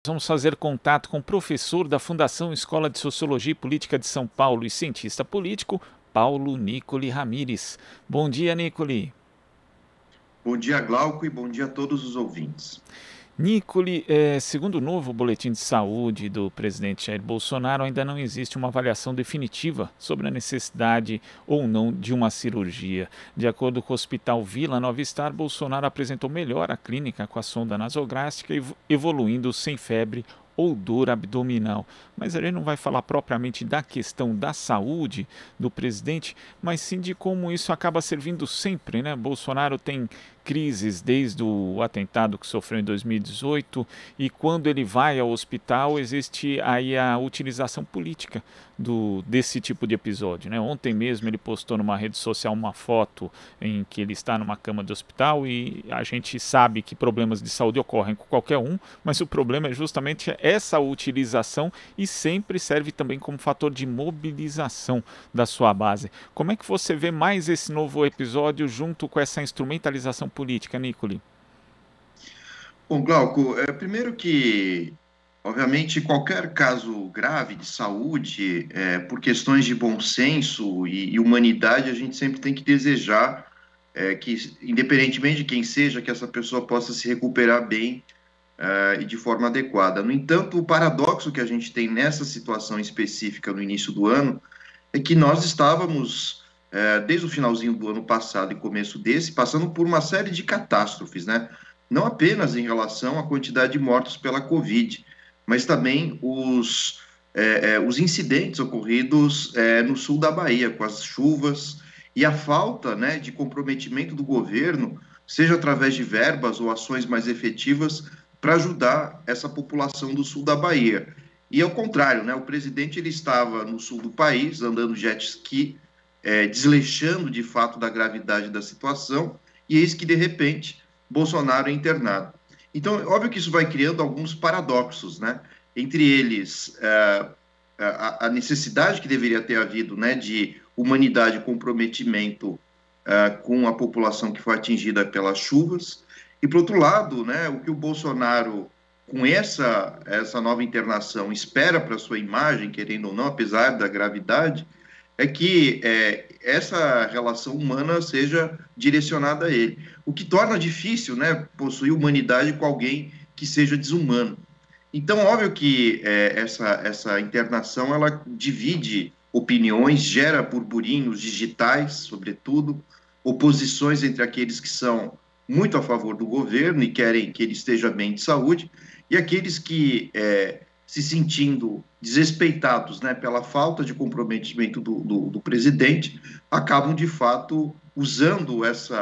Vamos fazer contato com o professor da Fundação Escola de Sociologia e Política de São Paulo e cientista político, Paulo Nicoli Ramires. Bom dia, Nicoli. Bom dia, Glauco, e bom dia a todos os ouvintes. Nicoli, segundo o novo boletim de saúde do presidente Jair Bolsonaro, ainda não existe uma avaliação definitiva sobre a necessidade ou não de uma cirurgia. De acordo com o Hospital Vila Nova Star, Bolsonaro apresentou melhora clínica com a sonda nasogástrica, evoluindo sem febre ou dor abdominal. Mas a gente não vai falar propriamente da questão da saúde do presidente, mas sim de como isso acaba servindo sempre, né? Bolsonaro tem crises desde o atentado que sofreu em 2018 e quando ele vai ao hospital existe aí a utilização política desse tipo de episódio, né? Ontem mesmo ele postou numa rede social uma foto em que ele está numa cama de hospital e a gente sabe que problemas de saúde ocorrem com qualquer um, mas o problema é justamente essa utilização e sempre serve também como fator de mobilização da sua base. Como é que você vê mais esse novo episódio junto com essa instrumentalização política, Nicoli? Bom, Glauco, primeiro que, obviamente, qualquer caso grave de saúde, por questões de bom senso e humanidade, a gente sempre tem que desejar que, independentemente de quem seja, que essa pessoa possa se recuperar bem, e de forma adequada. No entanto, o paradoxo que a gente tem nessa situação específica no início do ano é que nós estávamos, desde o finalzinho do ano passado e começo desse, passando por uma série de catástrofes, né? Não apenas em relação à quantidade de mortos pela Covid, mas também os incidentes ocorridos no sul da Bahia, com as chuvas e a falta, né, de comprometimento do governo, seja através de verbas ou ações mais efetivas, para ajudar essa população do sul da Bahia. E ao contrário, né, o presidente ele estava no sul do país, andando jet ski, desleixando de fato da gravidade da situação, e eis que, de repente, Bolsonaro é internado. Então, é óbvio que isso vai criando alguns paradoxos, né? Entre eles, a necessidade que deveria ter havido, né, de humanidade e comprometimento com a população que foi atingida pelas chuvas, e, por outro lado, né, o que o Bolsonaro, com essa nova internação, espera para sua imagem, querendo ou não, apesar da gravidade, é que essa relação humana seja direcionada a ele. O que torna difícil, né, possuir humanidade com alguém que seja desumano. Então, óbvio que essa internação ela divide opiniões, gera burburinhos digitais, sobretudo, oposições entre aqueles que são muito a favor do governo e querem que ele esteja bem de saúde, e aqueles que, se sentindo desrespeitados, né, pela falta de comprometimento do presidente, acabam, de fato, usando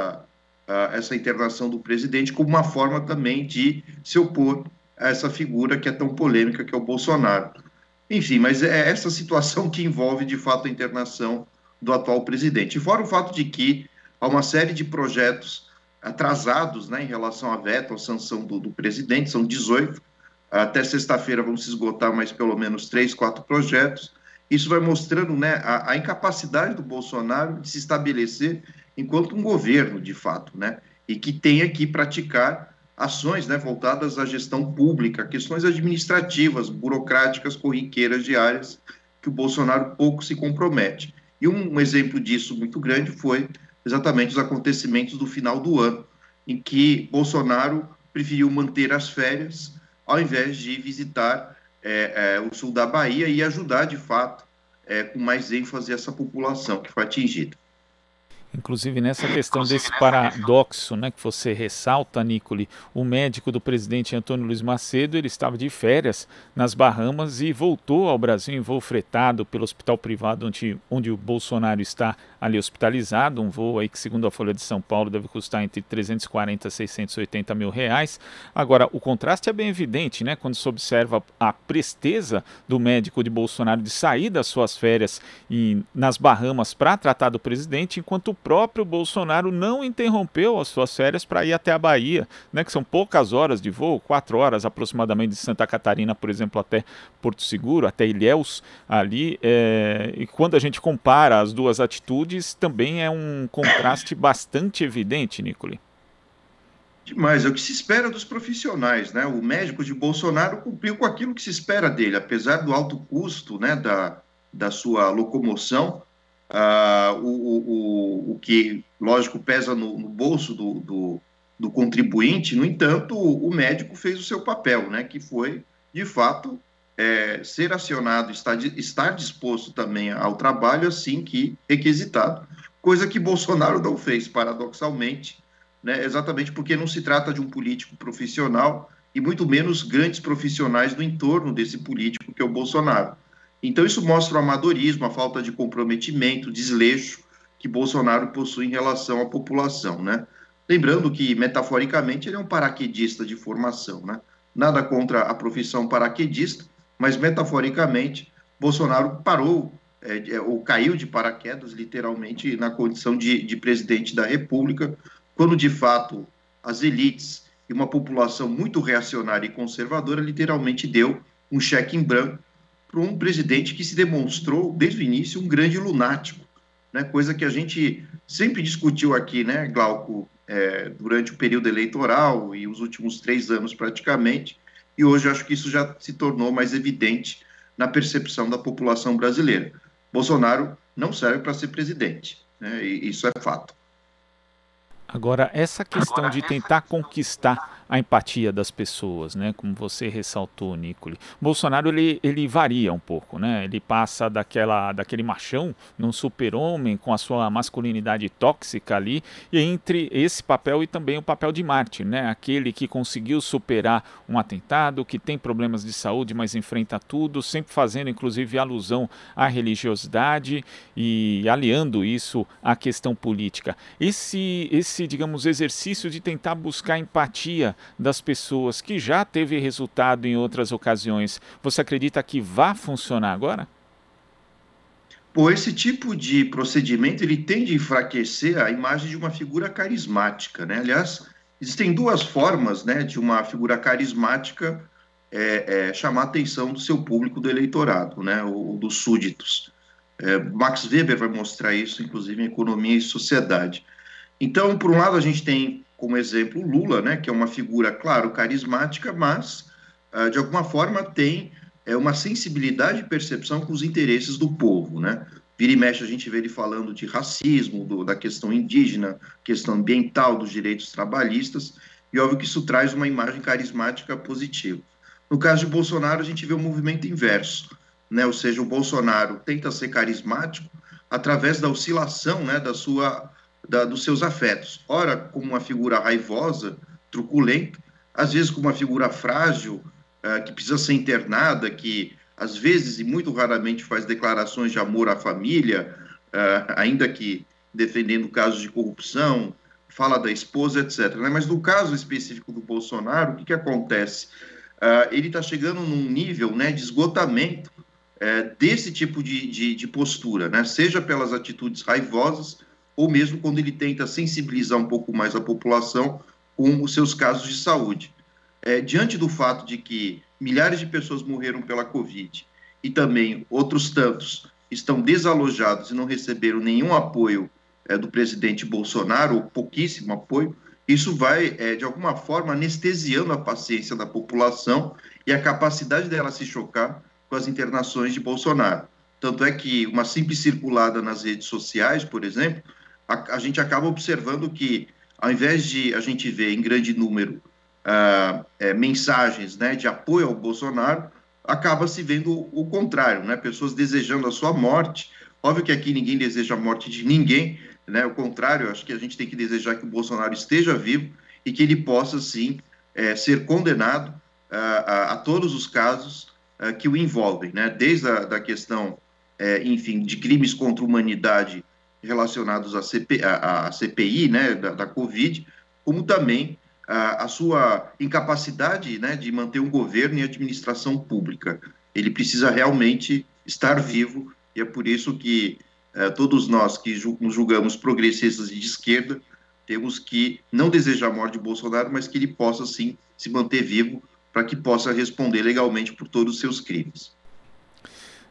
essa internação do presidente como uma forma também de se opor a essa figura que é tão polêmica, que é o Bolsonaro. Enfim, mas é essa situação que envolve, de fato, a internação do atual presidente. E fora o fato de que há uma série de projetos atrasados, né, em relação à veto, à sanção do presidente, são 18, até sexta-feira vão se esgotar mais pelo menos 3, 4 projetos. Isso vai mostrando, né, a incapacidade do Bolsonaro de se estabelecer enquanto um governo, de fato, né, e que tenha que praticar ações, né, voltadas à gestão pública, questões administrativas, burocráticas, corriqueiras diárias, que o Bolsonaro pouco se compromete. E um exemplo disso muito grande foi exatamente os acontecimentos do final do ano, em que Bolsonaro preferiu manter as férias ao invés de visitar o sul da Bahia e ajudar, de fato, com mais ênfase essa população que foi atingida. Inclusive nessa questão desse paradoxo, né, que você ressalta, Nicoli, o médico do presidente Antônio Luiz Macedo, ele estava de férias nas Bahamas e voltou ao Brasil em voo fretado pelo hospital privado onde o Bolsonaro está ali hospitalizado, um voo aí que, segundo a Folha de São Paulo, deve custar entre 340 e 680 mil reais. Agora, o contraste é bem evidente, né, quando se observa a presteza do médico de Bolsonaro de sair das suas férias nas Bahamas para tratar do presidente, enquanto o próprio Bolsonaro não interrompeu as suas férias para ir até a Bahia, né, que são poucas horas de voo, 4 horas aproximadamente de Santa Catarina, por exemplo, até Porto Seguro, até Ilhéus, ali. E quando a gente compara as duas atitudes, também é um contraste bastante evidente, Nicoli. Demais, é o que se espera dos profissionais, né? O médico de Bolsonaro cumpriu com aquilo que se espera dele, apesar do alto custo, né, da sua locomoção, o que, lógico, pesa no bolso do contribuinte. No entanto, o médico fez o seu papel, né, que foi, de fato, ser acionado, estar disposto também ao trabalho assim que requisitado, coisa que Bolsonaro não fez, paradoxalmente, né, exatamente porque não se trata de um político profissional e muito menos grandes profissionais no entorno desse político que é o Bolsonaro. Então isso mostra o amadorismo, a falta de comprometimento, desleixo que Bolsonaro possui em relação à população, né? Lembrando que, metaforicamente, ele é um paraquedista de formação, né? Nada contra a profissão paraquedista, mas, metaforicamente, Bolsonaro parou, ou caiu de paraquedas, literalmente, na condição de presidente da República, quando, de fato, as elites e uma população muito reacionária e conservadora literalmente deu um cheque em branco para um presidente que se demonstrou, desde o início, um grande lunático, né? Coisa que a gente sempre discutiu aqui, né, Glauco, durante o período eleitoral e os últimos 3 anos praticamente, e hoje eu acho que isso já se tornou mais evidente na percepção da população brasileira. Bolsonaro não serve para ser presidente, né? E isso é fato. Agora, essa questão de tentar conquistar a empatia das pessoas, né? Como você ressaltou, Nicole. Bolsonaro, ele varia um pouco, né? Ele passa daquele machão num super-homem com a sua masculinidade tóxica ali, e entre esse papel e também o papel de mártir, né? Aquele que conseguiu superar um atentado, que tem problemas de saúde, mas enfrenta tudo, sempre fazendo inclusive alusão à religiosidade e aliando isso à questão política. Esse, digamos, exercício de tentar buscar empatia das pessoas que já teve resultado em outras ocasiões, você acredita que vai funcionar agora? Pô, esse tipo de procedimento ele tende a enfraquecer a imagem de uma figura carismática, né? Aliás, existem duas formas, né, de uma figura carismática chamar a atenção do seu público, do eleitorado, né, ou dos súditos. Max Weber vai mostrar isso, inclusive, em Economia e Sociedade. Então, por um lado, a gente tem como exemplo o Lula, né, que é uma figura, claro, carismática, mas, de alguma forma, tem uma sensibilidade e percepção com os interesses do povo, né? Vira e mexe, a gente vê ele falando de racismo, da questão indígena, questão ambiental, dos direitos trabalhistas, e óbvio que isso traz uma imagem carismática positiva. No caso de Bolsonaro, a gente vê um movimento inverso, né? Ou seja, o Bolsonaro tenta ser carismático através da oscilação, né, dos seus afetos. Ora, como uma figura raivosa, truculenta, às vezes como uma figura frágil, que precisa ser internada, que às vezes e muito raramente faz declarações de amor à família, ainda que defendendo casos de corrupção, fala da esposa, etc. Né? Mas no caso específico do Bolsonaro, o que acontece? Ele está chegando num nível, né, de esgotamento desse tipo de postura, né? Seja pelas atitudes raivosas, ou mesmo quando ele tenta sensibilizar um pouco mais a população com os seus casos de saúde. Diante do fato de que milhares de pessoas morreram pela Covid e também outros tantos estão desalojados e não receberam nenhum apoio do presidente Bolsonaro, ou pouquíssimo apoio, isso vai, de alguma forma, anestesiando a paciência da população e a capacidade dela se chocar com as internações de Bolsonaro. Tanto é que uma simples circulada nas redes sociais, por exemplo, a gente acaba observando que, ao invés de a gente ver em grande número mensagens, né, de apoio ao Bolsonaro, acaba se vendo o contrário, né, pessoas desejando a sua morte. Óbvio que aqui ninguém deseja a morte de ninguém, né, o contrário, acho que a gente tem que desejar que o Bolsonaro esteja vivo e que ele possa, sim, ser condenado a todos os casos que o envolvem, né, desde a questão, enfim, de crimes contra a humanidade relacionados à CPI, né, da Covid, como também a sua incapacidade, né, de manter um governo e administração pública. Ele precisa realmente estar vivo, e é por isso que todos nós que nos julgamos progressistas e de esquerda temos que não desejar a morte de Bolsonaro, mas que ele possa, sim, se manter vivo para que possa responder legalmente por todos os seus crimes.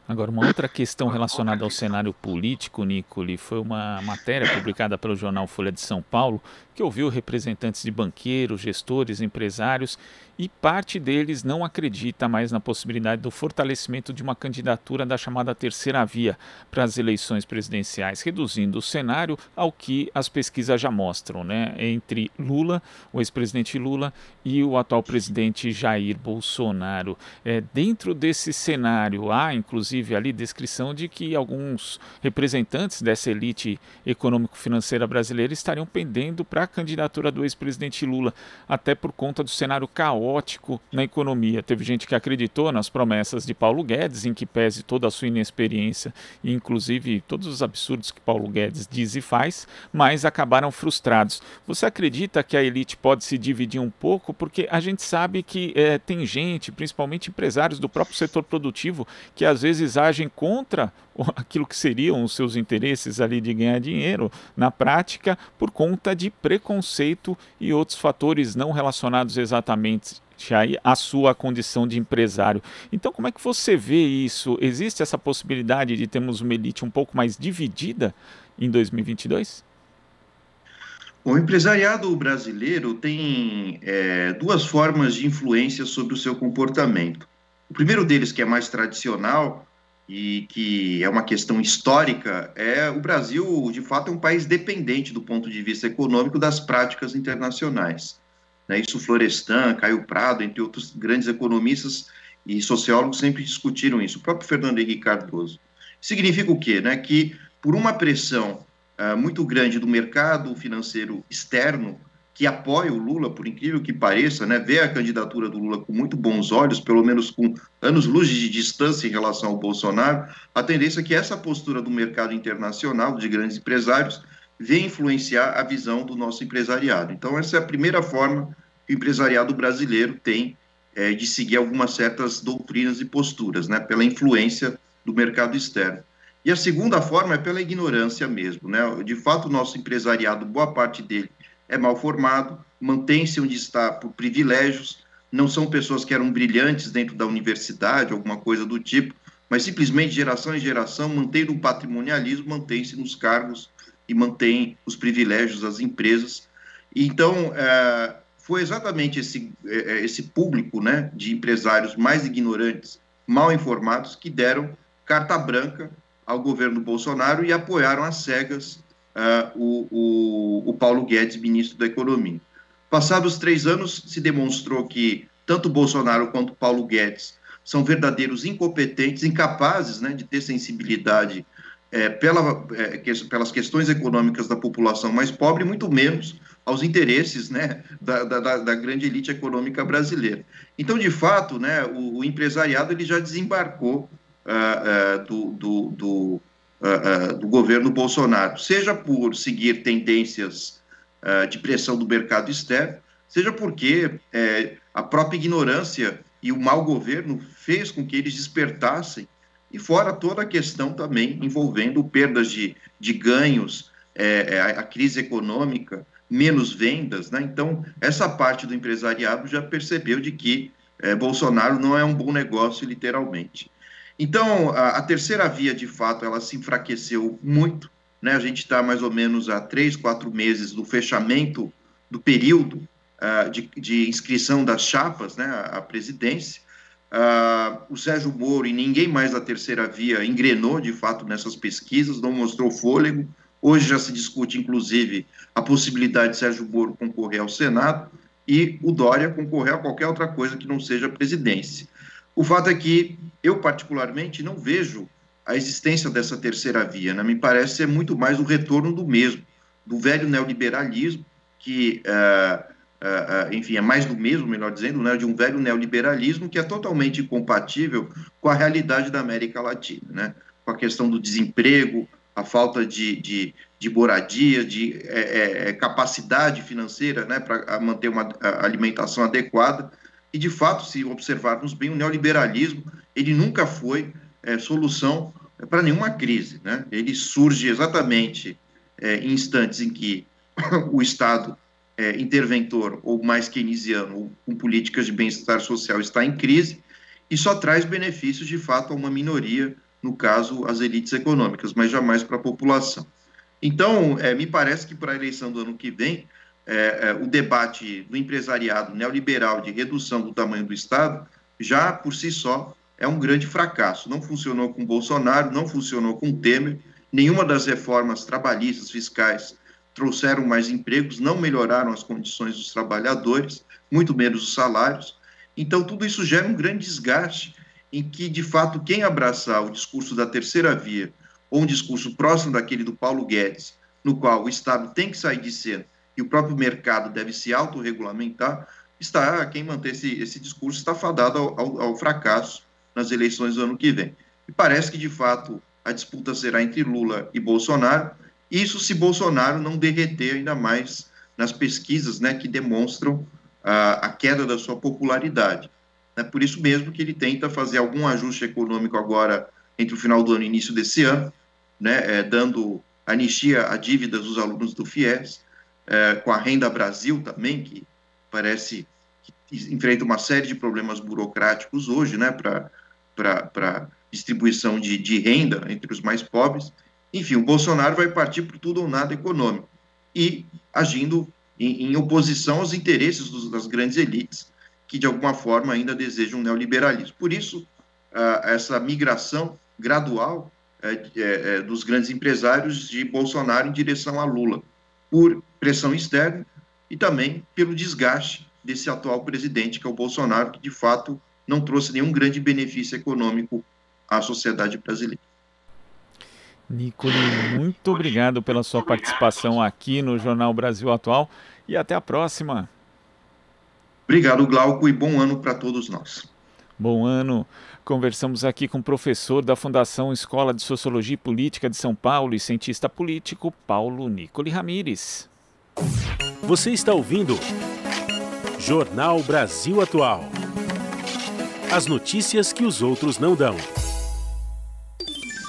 Agora, uma outra questão relacionada ao cenário político, Nicoli, foi uma matéria publicada pelo jornal Folha de São Paulo, que ouviu representantes de banqueiros, gestores, empresários, e parte deles não acredita mais na possibilidade do fortalecimento de uma candidatura da chamada terceira via para as eleições presidenciais, reduzindo o cenário ao que as pesquisas já mostram, né? Entre Lula, o ex-presidente Lula, e o atual presidente Jair Bolsonaro. Dentro desse cenário, há inclusive ali descrição de que alguns representantes dessa elite econômico-financeira brasileira estariam pendendo para a candidatura do ex-presidente Lula, até por conta do cenário caótico na economia. Teve gente que acreditou nas promessas de Paulo Guedes, em que pese toda a sua inexperiência e inclusive todos os absurdos que Paulo Guedes diz e faz, mas acabaram frustrados. Você acredita que a elite pode se dividir um pouco? Porque a gente sabe que tem gente, principalmente empresários do próprio setor produtivo, que às vezes agem contra aquilo que seriam os seus interesses ali de ganhar dinheiro na prática por conta de preconceito e outros fatores não relacionados exatamente aí à sua condição de empresário. Então, como é que você vê isso? Existe essa possibilidade de termos uma elite um pouco mais dividida em 2022? O empresariado brasileiro tem duas formas de influência sobre o seu comportamento. O primeiro deles, que é mais tradicional e que é uma questão histórica, o Brasil, de fato, é um país dependente do ponto de vista econômico das práticas internacionais. Né? Isso Florestan, Caio Prado, entre outros grandes economistas e sociólogos sempre discutiram isso. O próprio Fernando Henrique Cardoso. Significa o quê? Né? Que por uma pressão muito grande do mercado financeiro externo, que apoia o Lula, por incrível que pareça, né, vê a candidatura do Lula com muito bons olhos, pelo menos com anos-luz de distância em relação ao Bolsonaro, a tendência é que essa postura do mercado internacional, de grandes empresários, venha influenciar a visão do nosso empresariado. Então, essa é a primeira forma que o empresariado brasileiro tem de seguir algumas certas doutrinas e posturas, né, pela influência do mercado externo. E a segunda forma é pela ignorância mesmo, né? De fato, o nosso empresariado, boa parte dele é mal formado, mantém-se onde está por privilégios, não são pessoas que eram brilhantes dentro da universidade, alguma coisa do tipo, mas simplesmente geração em geração mantém o patrimonialismo, mantém-se nos cargos e mantém os privilégios das empresas. Então, foi exatamente esse público, né, de empresários mais ignorantes, mal informados, que deram carta branca ao governo Bolsonaro e apoiaram às cegas o Paulo Guedes, ministro da Economia. Passados 3 anos, se demonstrou que tanto Bolsonaro quanto Paulo Guedes são verdadeiros incompetentes, incapazes, né, de ter sensibilidade pelas questões econômicas da população mais pobre, muito menos aos interesses, né, da grande elite econômica brasileira. Então, de fato, né, o empresariado ele já desembarcou do governo Bolsonaro, seja por seguir tendências de pressão do mercado externo, seja porque a própria ignorância e o mau governo fez com que eles despertassem, e fora toda a questão também envolvendo perdas de ganhos, a crise econômica, menos vendas, né? Então, essa parte do empresariado já percebeu de que Bolsonaro não é um bom negócio, literalmente. Então, a terceira via, de fato, ela se enfraqueceu muito, né? A gente está mais ou menos há 3, 4 meses do fechamento do período de inscrição das chapas, né, à presidência. O Sérgio Moro e ninguém mais da terceira via engrenou, de fato, nessas pesquisas, não mostrou fôlego. Hoje já se discute, inclusive, a possibilidade de Sérgio Moro concorrer ao Senado e o Dória concorrer a qualquer outra coisa que não seja a presidência. O fato é que eu, particularmente, não vejo a existência dessa terceira via, né? Me parece ser muito mais o retorno do mesmo, do velho neoliberalismo, que, enfim, é mais do mesmo, melhor dizendo, né? De um velho neoliberalismo que é totalmente incompatível com a realidade da América Latina, né? Com a questão do desemprego, a falta de moradia, de capacidade financeira, né? Para manter uma alimentação adequada. E, de fato, se observarmos bem, o neoliberalismo, ele nunca foi solução para nenhuma crise, né? Ele surge exatamente em instantes em que o Estado interventor, ou mais keynesiano, ou com políticas de bem-estar social, está em crise, e só traz benefícios, de fato, a uma minoria no caso, as elites econômicas, mas jamais para a população. Então, me parece que para a eleição do ano que vem, o debate do empresariado neoliberal de redução do tamanho do Estado, já por si só, é um grande fracasso. Não funcionou com Bolsonaro, não funcionou com Temer, nenhuma das reformas trabalhistas, fiscais, trouxeram mais empregos, não melhoraram as condições dos trabalhadores, muito menos os salários. Então, tudo isso gera um grande desgaste em que, de fato, quem abraçar o discurso da terceira via, ou um discurso próximo daquele do Paulo Guedes, no qual o Estado tem que sair de cena e o próprio mercado deve se autorregulamentar, quem manter esse discurso está fadado ao fracasso nas eleições do ano que vem. E parece que, de fato, a disputa será entre Lula e Bolsonaro, isso se Bolsonaro não derreter ainda mais nas pesquisas, né, que demonstram a queda da sua popularidade. É por isso mesmo que ele tenta fazer algum ajuste econômico agora entre o final do ano e início desse ano, né, dando anistia a dívidas dos alunos do FIES, com a Renda Brasil também, que parece que enfrenta uma série de problemas burocráticos hoje, né, para distribuição de renda entre os mais pobres. Enfim, o Bolsonaro vai partir por tudo ou nada econômico e agindo em oposição aos interesses das grandes elites, que de alguma forma ainda desejam um neoliberalismo. Por isso, essa migração gradual dos grandes empresários de Bolsonaro em direção a Lula, por pressão externa e também pelo desgaste desse atual presidente, que é o Bolsonaro, que de fato não trouxe nenhum grande benefício econômico à sociedade brasileira. Nicole, muito obrigado pela sua participação aqui no Jornal Brasil Atual e até a próxima. Obrigado, Glauco, e bom ano para todos nós. Bom ano. Conversamos aqui com o professor da Fundação Escola de Sociologia e Política de São Paulo e cientista político Paulo Nicole Ramires. Você está ouvindo Jornal Brasil Atual. As notícias que os outros não dão.